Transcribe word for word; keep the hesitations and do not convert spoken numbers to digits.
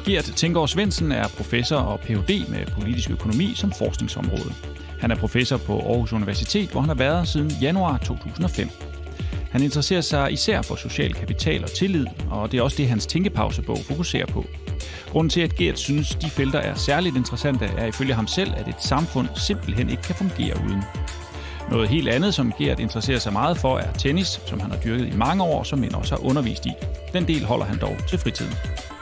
Gert Tinggaard Svendsen er professor og P H D med politisk økonomi som forskningsområde. Han er professor på Aarhus Universitet, hvor han har været siden januar to tusind og fem. Han interesserer sig især for social kapital og tillid, og det er også det, hans tænkepausebog fokuserer på. Grunden til, at Gert synes, de felter er særligt interessante, er ifølge ham selv, at et samfund simpelthen ikke kan fungere uden. Noget helt andet, som Gert interesserer sig meget for, er tennis, som han har dyrket i mange år, som han også har undervist i. Den del holder han dog til fritiden.